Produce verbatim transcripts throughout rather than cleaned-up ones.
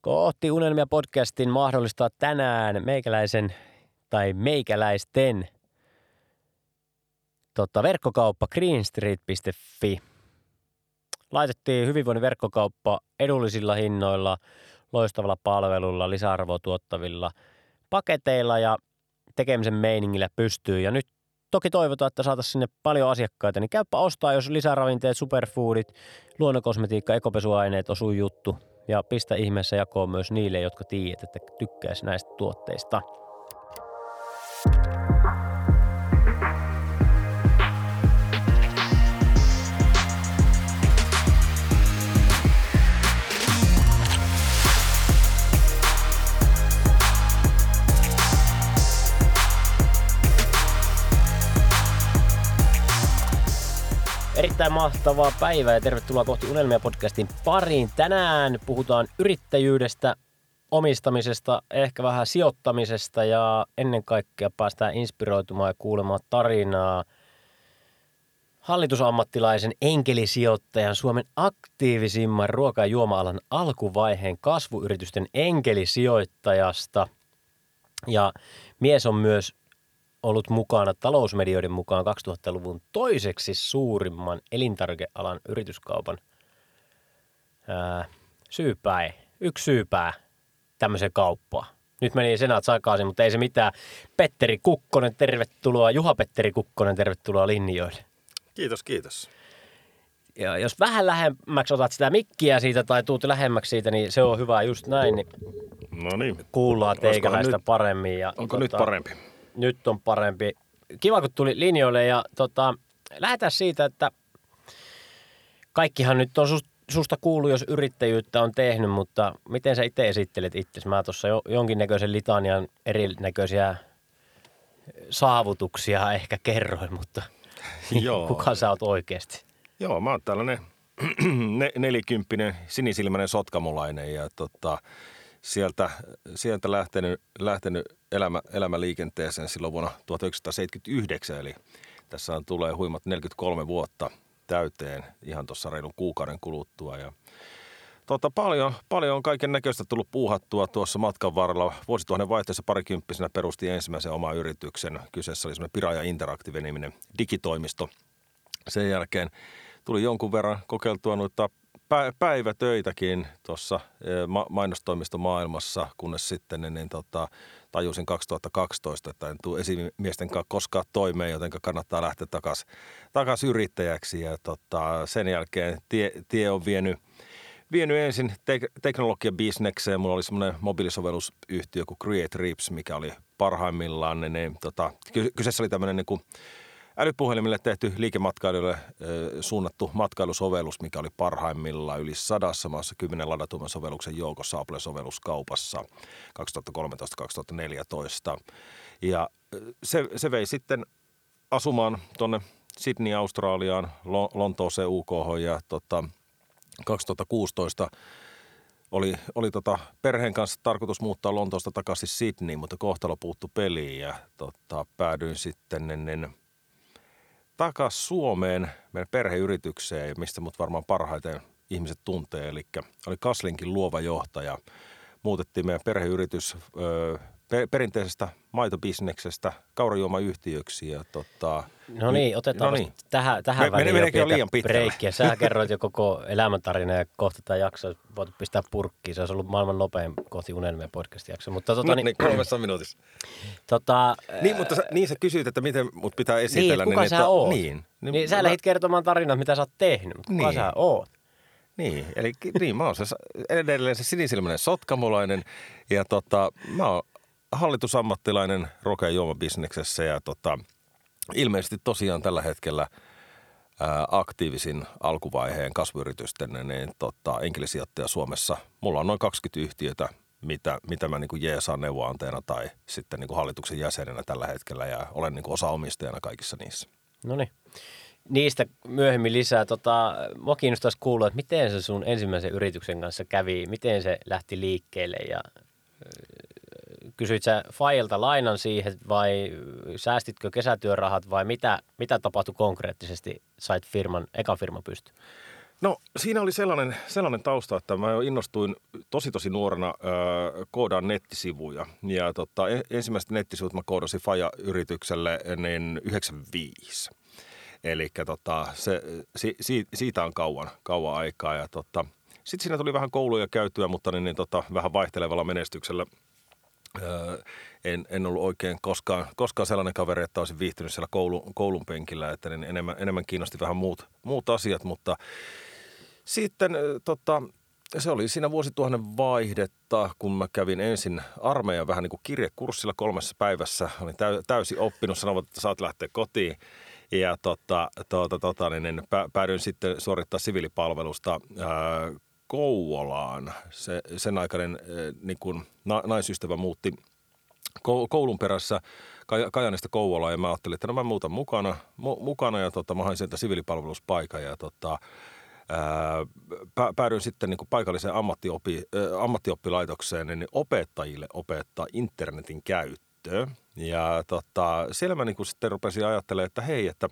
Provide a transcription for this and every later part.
Kohti unelmia podcastin mahdollistaa tänään meikäläisen tai meikäläisten tota, verkkokauppa greenstreet piste fi. Laitettiin hyvinvoinnin verkkokauppa edullisilla hinnoilla, loistavalla palvelulla, lisäarvoa tuottavilla paketeilla ja tekemisen meiningillä pystyy. Ja nyt toki toivotaan, että saataisiin sinne paljon asiakkaita, niin käypä ostaa, jos lisäravinteet, superfoodit, luonnonkosmetiikka, ekopesuaineet osuu juttu. Ja pistä ihmeessä jakoon myös niille, jotka tiedät, että tykkäisi näistä tuotteista. Erittäin mahtavaa päivää ja tervetuloa kohti Unelmia podcastin pariin. Tänään puhutaan yrittäjyydestä, omistamisesta, ehkä vähän sijoittamisesta ja ennen kaikkea päästään inspiroitumaan ja kuulemaan tarinaa hallitusammattilaisen enkelisijoittajan, Suomen aktiivisimman ruoka- ja juoma-alan alkuvaiheen kasvuyritysten enkelisijoittajasta. Ja mies on myös ollut mukana talousmedioiden mukaan kaksituhattaluvun toiseksi suurimman elintarvikealan yrityskaupan ää, syypää, yksi syypää tämmöiseen kauppaan. Nyt meni senat sakaisin, mutta ei se mitään. Petteri Kukkonen, tervetuloa. Juha-Petteri Kukkonen, tervetuloa linjoille. Kiitos, kiitos. Ja jos vähän lähemmäksi otat sitä mikkiä siitä tai tuut lähemmäksi siitä, niin se on hyvä just näin. Niin no niin. Kuullaan teikäläistä paremmin. Ja, onko tota, nyt parempi? Nyt on parempi. Kiva, kun tuli linjoille ja tota, lähdetään siitä, että kaikkihan nyt on susta, susta kuullut, jos yrittäjyyttä on tehnyt, mutta miten sä itse esittelet itsesi? Mä tuossa jo, jonkinnäköisen litanian erinäköisiä saavutuksia ehkä kerroin, mutta Joo. kuka sä oot oikeasti? Joo, mä oon tällainen ne, nelikymppinen sinisilmäinen sotkamolainen ja tota, sieltä, sieltä lähtenyt, lähtenyt elämä, elämäliikenteeseen silloin vuonna tuhatyhdeksänsataaseitsemänkymmentäyhdeksän, eli tässä on tulee huimat neljäkymmentäkolme vuotta täyteen ihan tuossa reilun kuukauden kuluttua. Ja tota, paljon, paljon on kaiken näköistä tullut puuhattua tuossa matkan varrella. Vuosituhannen vaihteessa parikymppisenä perusti ensimmäisen oman yrityksen. Kyseessä oli semmoinen Piraja Interactive-niminen digitoimisto. Sen jälkeen tuli jonkun verran kokeiltua noita päivätöitäkin tuossa mainostoimistomaailmassa, kunnes sitten niin, niin, tota, tajusin kaksituhattakaksitoista, että en tule esimiesten kanssa koskaan toimeen, joten kannattaa lähteä takaisin takas yrittäjäksi. Ja tota, sen jälkeen tie, tie on vienyt, vienyt ensin te- teknologiabisnekseen. Mulla oli semmoinen mobiilisovellusyhtiö kuin Create Rips, mikä oli parhaimmillaan. Niin, niin, tota, kyseessä oli tämmöinen niin kuin älypuhelimille tehty liikematkailijoille suunnattu matkailusovellus, mikä oli parhaimmillaan yli sadassa maassa kymmenen ladatuimman sovelluksen joukossa Apple-sovelluskaupassa kaksituhattakolmetoista kaksituhattaneljätoista. Ja se, se vei sitten asumaan tuonne Sydney, Australiaan, Lontooseen, U K:hon ja tota, kaksituhattakuusitoista oli, oli tota perheen kanssa tarkoitus muuttaa Lontoosta takaisin Sydneyin, mutta kohtalo puuttui peliin ja tota, päädyin sitten ennen takaisin Suomeen meidän perheyritykseen, mistä mut varmaan parhaiten ihmiset tuntee, eli oli Kaslinkin luova johtaja. Muutettiin meidän perheyritys ö, perinteisestä maitobisneksestä kaurajuomayhtiöksi. Ja tota, no niin, otetaan no niin. tähän, tähän Me, väliin jo liian breikkiä. Sä kerroit jo koko elämäntarina ja kohta tämä jakso voitu pistää purkkiin. Se olisi ollut maailman nopein kohti unelmia podcast-jakso. Mutta tota, no, niin, niin, kolmessa minuutissa. Tota, niin, mutta sä, niin sä kysyit, että miten mut pitää esitellä. Niin, kuka niin, sä että, oot? Niin, niin, niin sä lähdit kertomaan tarinat, mitä sä oot tehnyt, mutta kuka niin. sä oot? Niin, eli niin, mä oon se edelleen se sinisilmäinen sotkamolainen ja tota, mä oon hallitusammattilainen ruoka- ja juomabisneksessä ja tota, ilmeisesti tosiaan tällä hetkellä ää, aktiivisin alkuvaiheen kasvuyritysten niin, tota, enkelisijoittaja Suomessa. Mulla on noin kaksikymmentä yhtiötä, mitä, mitä mä niin kuin jeesaan neuvoanteena tai sitten niin kuin hallituksen jäsenenä tällä hetkellä ja olen niin kuin osaomistajana kaikissa niissä. Noniin. Niistä myöhemmin lisää. Tota, mua kiinnostaisi kuulla, että miten se sun ensimmäisen yrityksen kanssa kävi, miten se lähti liikkeelle ja kysyit sä Failta lainan siihen vai säästitkö kesätyörahat vai mitä, mitä tapahtui konkreettisesti, sait firman, eka firma pystyyn? No siinä oli sellainen, sellainen tausta, että mä innostuin tosi tosi nuorena äh, koodaan nettisivuja. Ja tota, ensimmäiset nettisivut mä koodasin Faja-yritykselle niin yhdeksänkymmentäviisi. Eli tota, se, si, si, siitä on kauan, kauan aikaa. Ja tota, sitten siinä tuli vähän kouluja käytyä, mutta niin, niin, tota, vähän vaihtelevalla menestyksellä. Öö, en, en ollut oikein koskaan, koskaan sellainen kaveri, että olisin viihtynyt siellä koulun, koulun penkillä, että niin enemmän, enemmän kiinnosti vähän muut, muut asiat, mutta sitten tota, se oli siinä vuosituhannen vaihdetta, kun mä kävin ensin armeijan vähän niin kuin kirjekurssilla kolmessa päivässä. Olin täy, täysin oppinut, sanovat, että saat lähteä kotiin. Ja tota, tota, tota, niin päädyin sitten suorittaa siviilipalvelusta ää, Kouvolaan. Se, sen aikainen niin kuin na, naisystävä muutti koulun perässä Kajaanista Kouvolaan ja mä ajattelin, että no mä muutan mukana, mu, mukana ja tota, mä hain sieltä siviilipalveluspaikan ja tota, ää, päädyin sitten niin kuin paikalliseen ammattioppi, ää, ammattioppilaitokseen niin opettajille opettaa internetin käyttöä. Ja tota, siellä mä niin kuin sitten rupesin ajattelemaan, että hei, että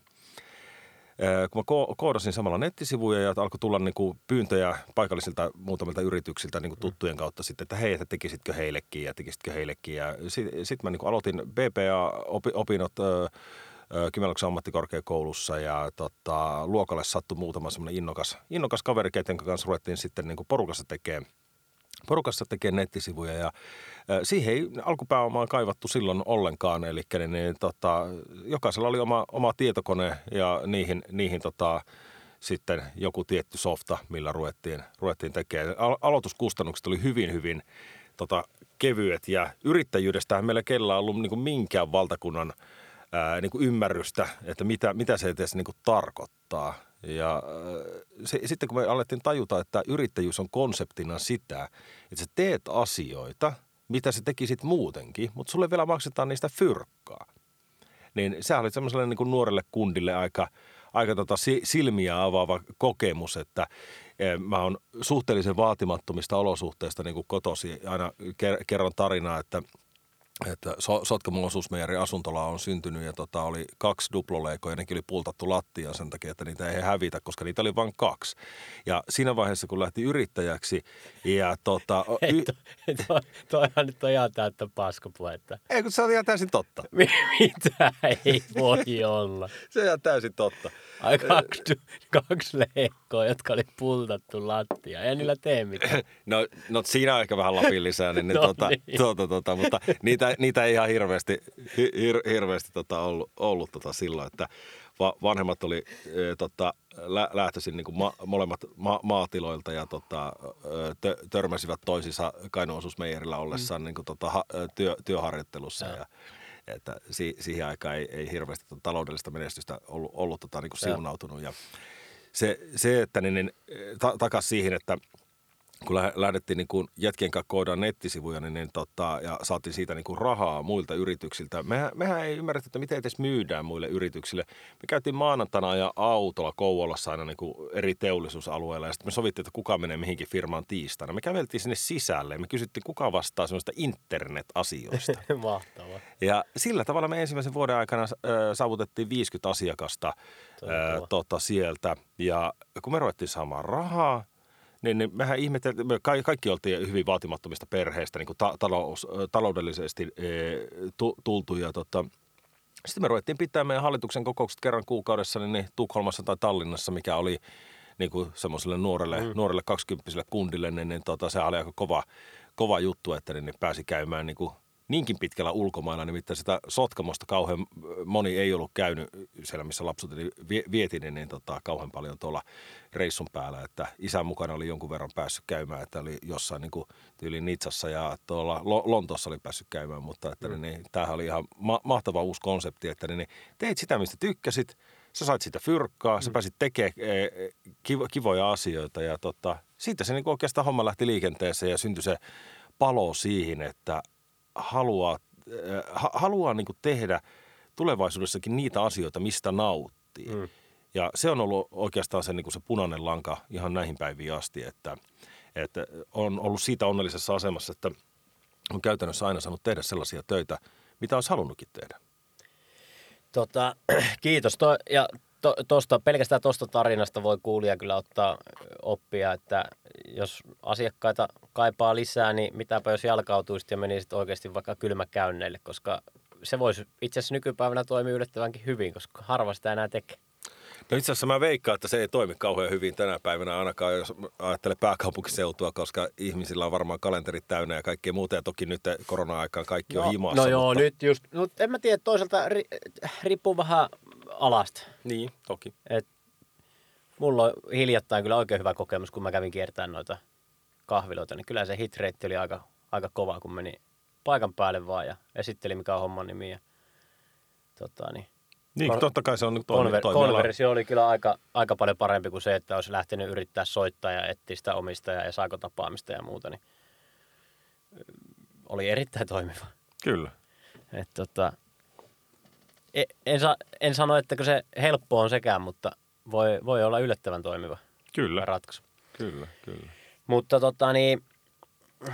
kun mä ko- koodasin samalla nettisivuja ja alkoi tulla niin kuin pyyntöjä paikallisilta muutamilta yrityksiltä niin kuin tuttujen kautta sitten, että hei, että tekisitkö heillekin ja tekisitkö heillekin. Ja sitten sit mä niin kuin aloitin B P A-opinnot Kymenlaakson ammattikorkeakoulussa ja tota, luokalle sattui muutama semmoinen innokas, innokas kaveri, keten kanssa ruvettiin sitten niin kuin porukassa tekemään. Porukassa tekee nettisivuja ja siihen ei alkupääomaa kaivattu silloin ollenkaan, eli niin, niin, tota, jokaisella oli oma, oma tietokone ja niihin, niihin tota, sitten joku tietty softa, millä ruvettiin, ruvettiin tekemään. Al- aloituskustannukset oli hyvin, hyvin tota, kevyet ja yrittäjyydestähän meillä kellään ollut niin kuin minkään valtakunnan ää, niin kuin ymmärrystä, että mitä, mitä se edes niin kuin tarkoittaa. Ja se, sitten kun me alettiin tajuta, että yrittäjyys on konseptina sitä, että sä teet asioita, mitä sä tekisit muutenkin, mutta sulle vielä maksetaan niistä fyrkkaa. Niin se oli semmoiselle niin kuin nuorelle kundille aika, aika tota silmiä avaava kokemus, että mä oon suhteellisen vaatimattomista olosuhteista niin kuin kotosi. Aina kerron tarinaa, että että Sotkamon osuusmeijerin asuntola on syntynyt ja tota, oli kaksi duploleikoa ja nekin oli pultattu lattiaan sen takia, että niitä ei hävitä, koska niitä oli vain kaksi. Ja siinä vaiheessa, kun lähti yrittäjäksi ja tota... Hei, to, to, toihan nyt on ihan täyttä paskapuhetta. Ei, kun se on ihan täysin totta. Mitä ei voi olla? Se on ihan täysin totta. Ai kaksi, kaksi leikkoa, jotka oli pultattu lattiaan. Ei niillä tee mitään. No, no siinä on ehkä vähän Lapin lisää, niin, no tota, niin. tota, tota, mutta niitä, niitä ei ihan hirveästi, hir, hirveästi tota ollut, ollut tota silloin, että va, vanhemmat oli e, tota, lä, lähtöisin niin kuin ma, molemmat ma, maatiloilta ja tota, tö, törmäsivät toisissa Kainuun osuusmeijerillä ollessaan mm. niin kuin, tota, työ, työharjoittelussa ja, ja että si, siihen aikaan ei, ei hirveästi tota, taloudellista menestystä ollut, ollut tota, niin kuin siunautunut. Ja se, se, että niin, niin, ta, takas siihen, että kun lähdettiin niin kuin jätkien kanssa koodaan nettisivuja niin, niin, tota, ja saatiin siitä niin kuin rahaa muilta yrityksiltä. Mehän, mehän ei ymmärretty, että miten edes myydään muille yrityksille. Me käytiin maanantaina ja autolla Kouvolassa aina niin kuin eri teollisuusalueilla ja sitten me sovittiin, että kuka menee mihinkin firmaan tiistaina. Me käveltiin sinne sisälle ja me kysyttiin, kuka vastaa sellaista internet-asioista. Mahtavaa. Ja sillä tavalla me ensimmäisen vuoden aikana äh, saavutettiin viisikymmentä asiakasta äh, tota, sieltä ja kun me ruvettiin saamaan rahaa, Niin, niin mehän ihmeteltiin, me kaikki oltiin hyvin vaatimattomista perheistä, niin kuin ta- talous, taloudellisesti e, tu, tultu. Ja tota, sitten me ruvettiin pitää meidän hallituksen kokoukset kerran kuukaudessa niin, niin Tukholmassa tai Tallinnassa, mikä oli niin kuin semmoiselle nuorelle, mm. nuorelle kaksikymppiselle kundille, niin, niin tota, se oli aika kova, kova juttu, että niin, niin pääsi käymään niin kuin niinkin pitkällä ulkomailla, nimittäin sitä Sotkamosta kauhean moni ei ollut käynyt siellä, missä lapsuuteni vietin, niin, niin tota, kauhean paljon tuolla reissun päällä, että isän mukana oli jonkun verran päässyt käymään, että oli jossain niin kuin tyyliin Nitsassa ja tuolla Lontoossa oli päässyt käymään, mutta että mm. niin, tämähän oli ihan ma- mahtava uusi konsepti, että niin, teit sitä, mistä tykkäsit, sä sait sitä fyrkkaa, mm. sä pääsit tekemään kivo- kivoja asioita ja tota, siitä se niin kuin oikeastaan homma lähti liikenteeseen ja syntyi se palo siihen, että haluaa, äh, haluaa niin kuin tehdä tulevaisuudessakin niitä asioita, mistä nauttii. Mm. Ja se on ollut oikeastaan se, niin kuin se punainen lanka ihan näihin päiviin asti, että, että on ollut siitä onnellisessa asemassa, että on käytännössä aina saanut tehdä sellaisia töitä, mitä olisi halunnutkin tehdä. Tota, kiitos. Toi, ja to, tosta, pelkästään tuosta tarinasta voi kuulija kyllä ottaa oppia, että jos asiakkaita kaipaa lisää, niin mitäpä jos jalkautuisit ja menisit oikeasti vaikka kylmäkäynneille, koska se voisi itse asiassa nykypäivänä toimia yllättävänkin hyvin, koska harva sitä enää tekee. No itse asiassa mä veikkaan, että se ei toimi kauhean hyvin tänä päivänä, ainakaan jos ajattelee pääkaupunkiseutua, koska ihmisillä on varmaan kalenterit täynnä ja kaikkea muuta. Ja toki nyt korona-aikaan kaikki no, on himassa. No joo, mutta... nyt just, no en mä tiedä, toisaalta ri, riippuu vähän alasta. Niin, toki. Et mulla on hiljattain kyllä oikein hyvä kokemus, kun mä kävin kiertämään noita kahviloita, niin kyllä se hitreitti oli aika, aika kova, kun meni paikan päälle vaan ja esitteli mikä on homman nimi. Ja, tota, niin, niin, kon- totta kai se on konver- konversio oli kyllä aika, aika paljon parempi kuin se, että olisi lähtenyt yrittää soittaa ja etsiä sitä omistajaa ja saako tapaamista ja muuta, niin oli erittäin toimiva. Kyllä. Et, tota, en, en, sa, en sano, että se helppo on sekään, mutta voi, voi olla yllättävän toimiva Kyllä. ratkaisu. Kyllä, kyllä. Mutta tota niin, öö,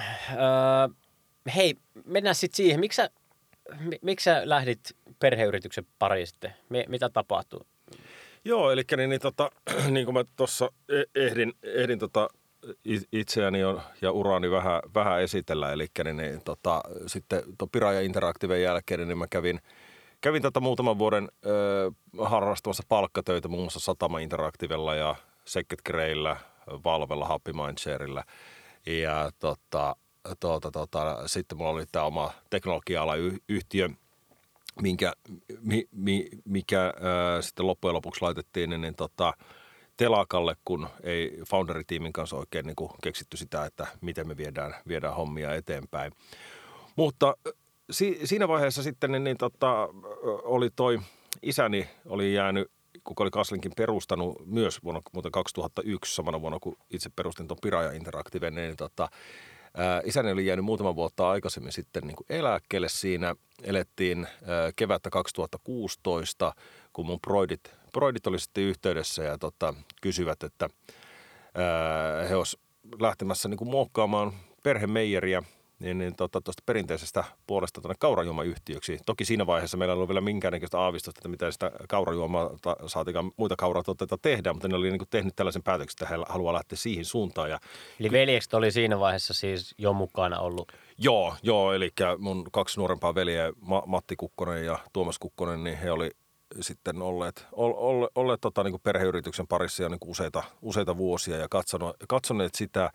hei, mennään sitten siihen. Miksi sä, miksi sä lähdit perheyrityksen pariin sitten? Mitä tapahtui? Joo, eli niin, niin, tota, niin kuin mä tuossa ehdin, ehdin tota, itseäni ja uraani vähän, vähän esitellä, eli niin, niin, tota, sitten tuon Piraja Interactiven jälkeen niin mä kävin, kävin tota muutaman vuoden ö, harrastamassa palkkatöitä muun muassa Satama Interactivella ja Second Greyllä, Valvella, Happy Mindsharella. Ja tota, tota, tota, sitten mulla oli tämä oma teknologia-alayhtiö, minkä, mi, mi, mikä ää, sitten loppujen lopuksi laitettiin niin, niin, tota, telakalle, kun ei founderitiimin kanssa oikein niin kuin keksitty sitä, että miten me viedään, viedään hommia eteenpäin. Mutta si, siinä vaiheessa sitten niin, niin, tota, oli toi isäni oli jäänyt, kuka oli Kaslinkin perustanut myös vuonna muuten kaksituhattayksi, samana vuonna kun itse perustin tuon Piraja Interactiven, niin tota, ää, isäni oli jäänyt muutaman vuotta aikaisemmin sitten niin kuin eläkkeelle. Siinä elettiin ää, kevättä kaksituhattakuusitoista, kun mun broidit, broidit oli sitten yhteydessä ja tota, kysyvät, että ää, he olisivat lähtemässä niin kuin muokkaamaan perhemeijeriä niin, niin tuosta tota, perinteisestä puolesta tuonne kaurajuomayhtiöksi. Toki siinä vaiheessa meillä ei ollut vielä minkäännäköistä aavistusta, että miten sitä kaurajuomaa saatikaan muita kauratuotteita tehdään, mutta ne oli niin kuin tehnyt tällaisen päätöksen, että he haluaa lähteä siihen suuntaan. Ja eli veljekset oli siinä vaiheessa siis jo mukana ollut? Joo, joo, eli mun kaksi nuorempaa veljeä, Matti Kukkonen ja Tuomas Kukkonen, niin he oli sitten olleet, olleet, olleet tota, niin kuin perheyrityksen parissa jo niin kuin useita, useita vuosia ja katsoneet, katsoneet sitä,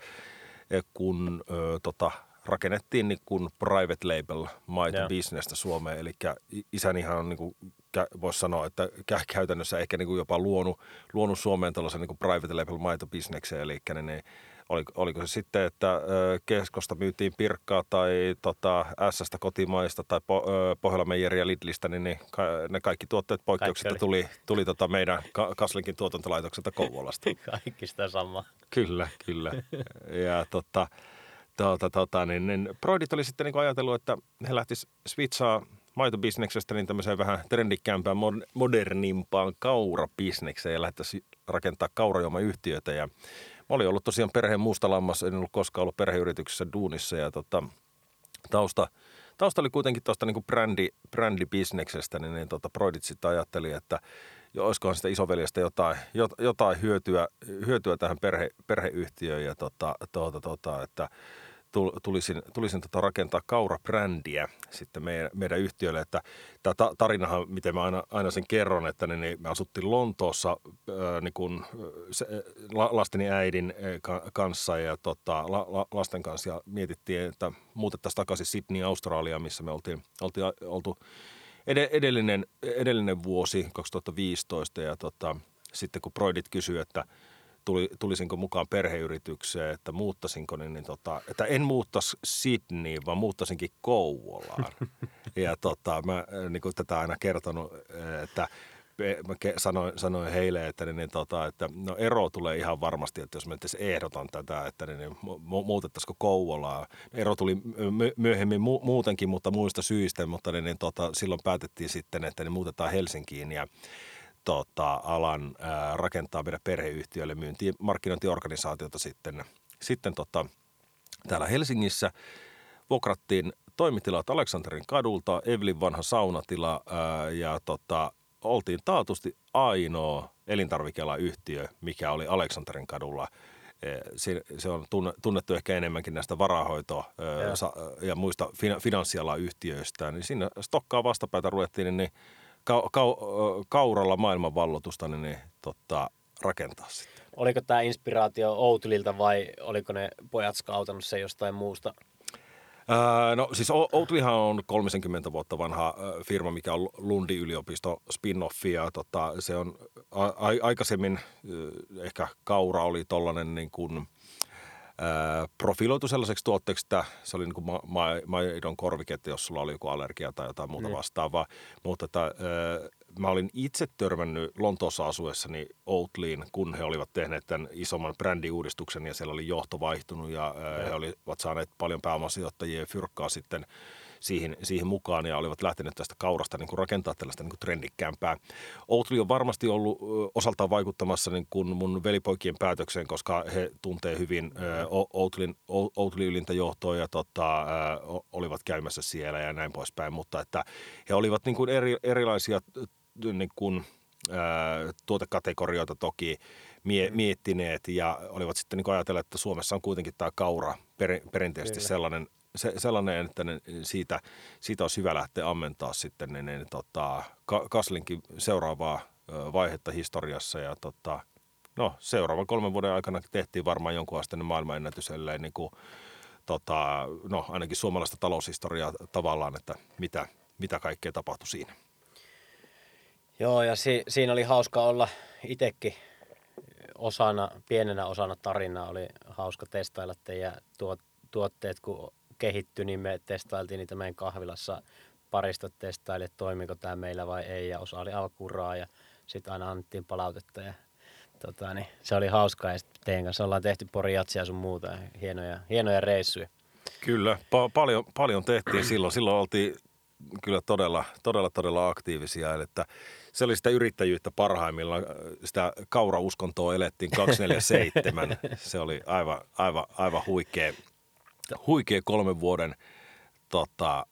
kun ö, tota, rakennettiin niin kuin private label maitobisnestä Suomeen. Eli isänihan on, niin kuin, voisi sanoa, että käytännössä ehkä niin kuin jopa luonut, luonut Suomeen tällaisen niin kuin private label maitobisneksen. Eli niin, niin, oliko, oliko se sitten, että Keskosta myytiin Pirkkaa tai tota, Ässästä kotimaista tai po, Pohjola-Meijeriä ja Lidlistä, niin, niin ne kaikki tuotteet poikkeuksista tuli, tuli tota meidän Kaslinkin tuotantolaitokselta Kouvolasta. Kaikki sitä samaa. Kyllä, kyllä. Ja tota... Tota, tota, niin, niin broidit oli sitten niin kuin ajatellut, että he lähtisivät switchaa maitobisneksestä niin tämmöiseen vähän trendikkäämpään, modernimpaan kaurabisnekseen ja lähdettäisiin rakentaa kaurajuomayhtiötä. Ja mä olin ollut tosiaan perheen muusta lammas, en ollut koskaan ollut perheyrityksessä duunissa ja tota, tausta, tausta oli kuitenkin tuosta niin kuin brändi, brändibisneksestä, niin, niin tota, broidit sitten ajatteli, että jo olisikohan sitä isoveljestä jotain, jotain hyötyä, hyötyä tähän perhe, perheyhtiöön ja tota, tota, tota, että tulisin, tulisin tota rakentaa kaurabrändiä sitten meidän, meidän yhtiölle. Että tämä tarinahan, miten mä aina, aina sen kerron, että niin, niin me asuttiin Lontoossa ää, niin kun, se, la, lasteni äidin ka, kanssa ja tota, la, la, lasten kanssa ja mietittiin, että muutettaisiin takaisin Sydney, Australiaan, missä me oltiin, oltiin oltu Edellinen, edellinen vuosi, kaksituhattaviisitoista, ja tota, sitten kun broidit kysyi, että tuli, tulisinko mukaan perheyritykseen, että muuttasinko, niin, niin tota, että en muuttaisi Sydneyin, vaan muuttaisinkin Kouvolaan. Ja tota, mä niin kuin tätä aina kertonut, että mä sanoin, sanoin heille, että, niin, tota, että no ero tulee ihan varmasti, että jos mä nyt ehdotan tätä, että niin, muutettaisiko Kouvolaa. Ero tuli myöhemmin mu- muutenkin, mutta muista syistä, mutta niin, tota, silloin päätettiin sitten, että niin muutetaan Helsinkiin ja tota, alan ää, rakentaa meidän perheyhtiölle myynti- ja markkinointiorganisaatiota sitten, sitten tota, täällä Helsingissä. Vuokrattiin toimitilat Aleksanterin kadulta, Evelin vanha saunatila ää, ja tota, oltiin taatusti ainoa elintarvikealan yhtiö, mikä oli Aleksanterin kadulla. Se, se on tunnettu ehkä enemmänkin näistä varahoito- ja, ja muista finanssialan yhtiöistä. Niin siinä stokkaa vastapäätä ruvettiin niin ka, ka, kauralla maailmanvallotusta niin, niin, tota, rakentaa sitten. Oliko tämä inspiraatio Outlilta vai oliko ne pojat skautannut se jostain muusta? Ää, no siis Oatlyhan on kolmekymmentä vuotta vanha firma, mikä on Lundin yliopisto spin-offi ja tota, se on a- a- aikaisemmin ehkä kaura oli tollainen niin kuin ää, profiloitu sellaiseksi tuotteeksi, että se oli niin kuin ma- ma- maidon korviketta, jos sulla oli joku allergia tai jotain muuta vastaavaa, mutta että, ää, mä olin itse törmännyt Lontoossa asuessani Oatlyin, kun he olivat tehneet tämän isomman brändiuudistuksen ja siellä oli johto vaihtunut ja ää, he olivat saaneet paljon pääomasijoittajia fyrkkaa sitten siihen, siihen mukaan ja olivat lähteneet tästä kaurasta niin kuin rakentaa tällaista niin kuin trendikkäämpää. Oatly on varmasti ollut osaltaan vaikuttamassa niin kuin mun velipoikien päätökseen, koska he tuntee hyvin Oatlyn, Oatly ylintä johtoa ja tota, ää, olivat käymässä siellä ja näin poispäin, mutta että he olivat niin kuin eri, erilaisia niin kuin, ää, tuotekategorioita toki mie- miettineet ja olivat sitten niin kuin ajatelleet, että Suomessa on kuitenkin tämä kaura per, perinteisesti Kyllä. sellainen, se, sellainen, että ne, siitä, siitä olisi hyvä lähteä ammentaa sitten ne, ne, tota, Kaslinkin seuraavaa vaihetta historiassa ja tota, no, seuraavan kolmen vuoden aikana tehtiin varmaan jonkun asteinen maailmanennätys, ellei niin kuin, tota, no, ainakin suomalaista taloushistoriaa tavallaan, että mitä, mitä kaikkea tapahtui siinä. Joo, ja si- siinä oli hauska olla itsekin osana, pienenä osana tarinaa. Oli hauska testailla teidän tuot, tuotteet, kun kehittyi, niin me testailtiin niitä meidän kahvilassa. Paristot testaili, että toimiko tämä meillä vai ei, ja osa oli alkuraa, ja sitten aina annettiin palautetta, ja tota, niin, se oli hauskaa, ja sitten teidän kanssa ollaan tehty porijatsia ja sun muuta, ja hienoja, hienoja reissuja. Kyllä, pa- paljon, paljon tehtiin silloin. Silloin oltiin kyllä todella, todella, todella aktiivisia. Eli että se oli sitä yrittäjyyttä parhaimmillaan. Sitä kaurauskontoa elettiin kaksikymmentäneljä seitsemän. Se oli aivan, aivan, aivan huikea, huikea kolmen vuoden, tota,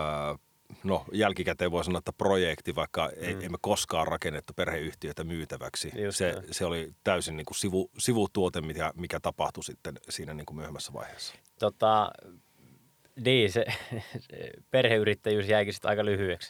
no jälkikäteen voi sanoa, että projekti, vaikka ei, mm. emme koskaan rakennettu perheyhtiötä myytäväksi. Se, se oli täysin niin kuin sivu, sivutuote, mikä, mikä tapahtui sitten siinä niin kuin myöhemmässä vaiheessa. Tota... Niin, se, se perheyrittäjyys jäikin sitten aika lyhyeksi.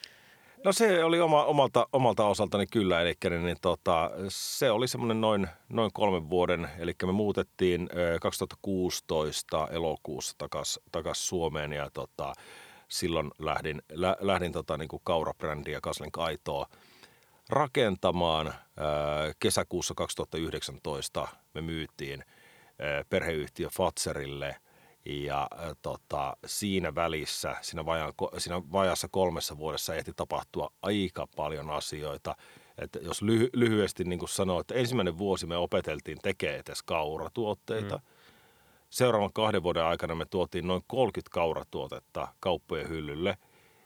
No se oli oma, omalta, omalta osaltani kyllä, eli niin, tota, se oli semmoinen noin, noin kolmen vuoden, eli me muutettiin kaksituhattakuusitoista elokuussa takaisin takas Suomeen ja tota, silloin lähdin, lä, lähdin tota, niin kuin kaurabrändiä Kaslin Aitoa rakentamaan. Kesäkuussa kaksituhattayhdeksäntoista me myytiin perheyhtiö Fatzerille. Ja äh, tota, siinä välissä, siinä, vajaan, siinä vajassa kolmessa vuodessa ehti tapahtua aika paljon asioita. Että jos lyhy- lyhyesti niin kuin sanoo, että ensimmäinen vuosi me opeteltiin tekemään edes kauratuotteita. Mm. Seuraavan kahden vuoden aikana me tuotiin noin kolmekymmentä kauratuotetta kauppojen hyllylle.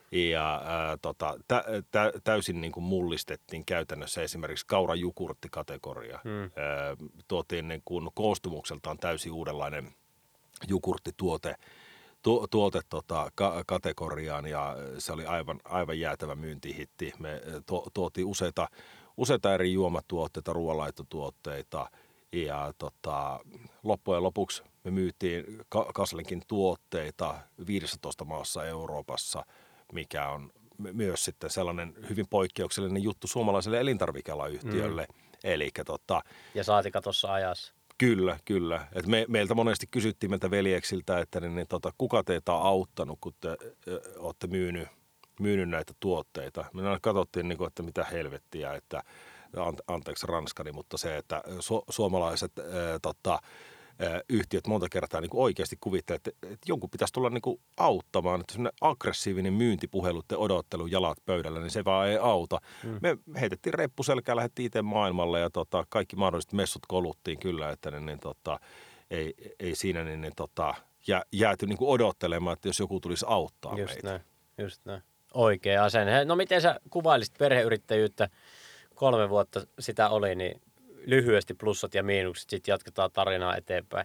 Ja äh, tota, tä, tä, täysin niin kuin mullistettiin käytännössä esimerkiksi kaurajukurttikategoria. Mm. Äh, tuotiin niin kuin koostumukseltaan täysin uudenlainen jukurttituote tu, tuote tota, ka, kategoriaan ja se oli aivan, aivan jäätävä myyntihitti. Me to, tuotiin useita, useita eri juomatuotteita, ruoanlaittotuotteita ja tota, loppujen lopuksi me myytiin ka, Kaslinkin tuotteita viidessätoista maassa Euroopassa, mikä on myös sitten sellainen hyvin poikkeuksellinen juttu suomalaiselle elintarvikealayhtiölle. Mm. Elikkä, tota, ja saatika tuossa ajassa. Kyllä, kyllä. Et me, meiltä monesti kysyttiin meiltä veljeksiltä, että niin, niin, tota, kuka teitä on auttanut, kun te ö, olette myynyt, myynyt näitä tuotteita. Me katsottiin, niin kuin, että mitä helvettiä, että anteeksi ranskani, mutta se, että su, suomalaiset ö, tota, ö, yhtiöt monta kertaa niin kuin oikeasti kuvittelee, että, että jonkun pitäisi tulla niin kuin auttamaan. Että sellainen aggressiivinen myyntipuhelutte odottelu jalat pöydällä, niin se vaan ei auta. Hmm. Me heitettiin reppuselkää, lähdettiin itse maailmalle ja tota, kaikki mahdolliset messut koluttiin kyllä, että niin, niin, tota, ei, ei siinä niin, niin, tota, jä, jääty niin kuin odottelemaan, että jos joku tulisi auttaa just meitä. Näin, just näin. Oikea asenne. No miten sä kuvailisit perheyrittäjyyttä? Kolme vuotta sitä oli, niin lyhyesti plussat ja miinukset, sitten jatketaan tarinaa eteenpäin.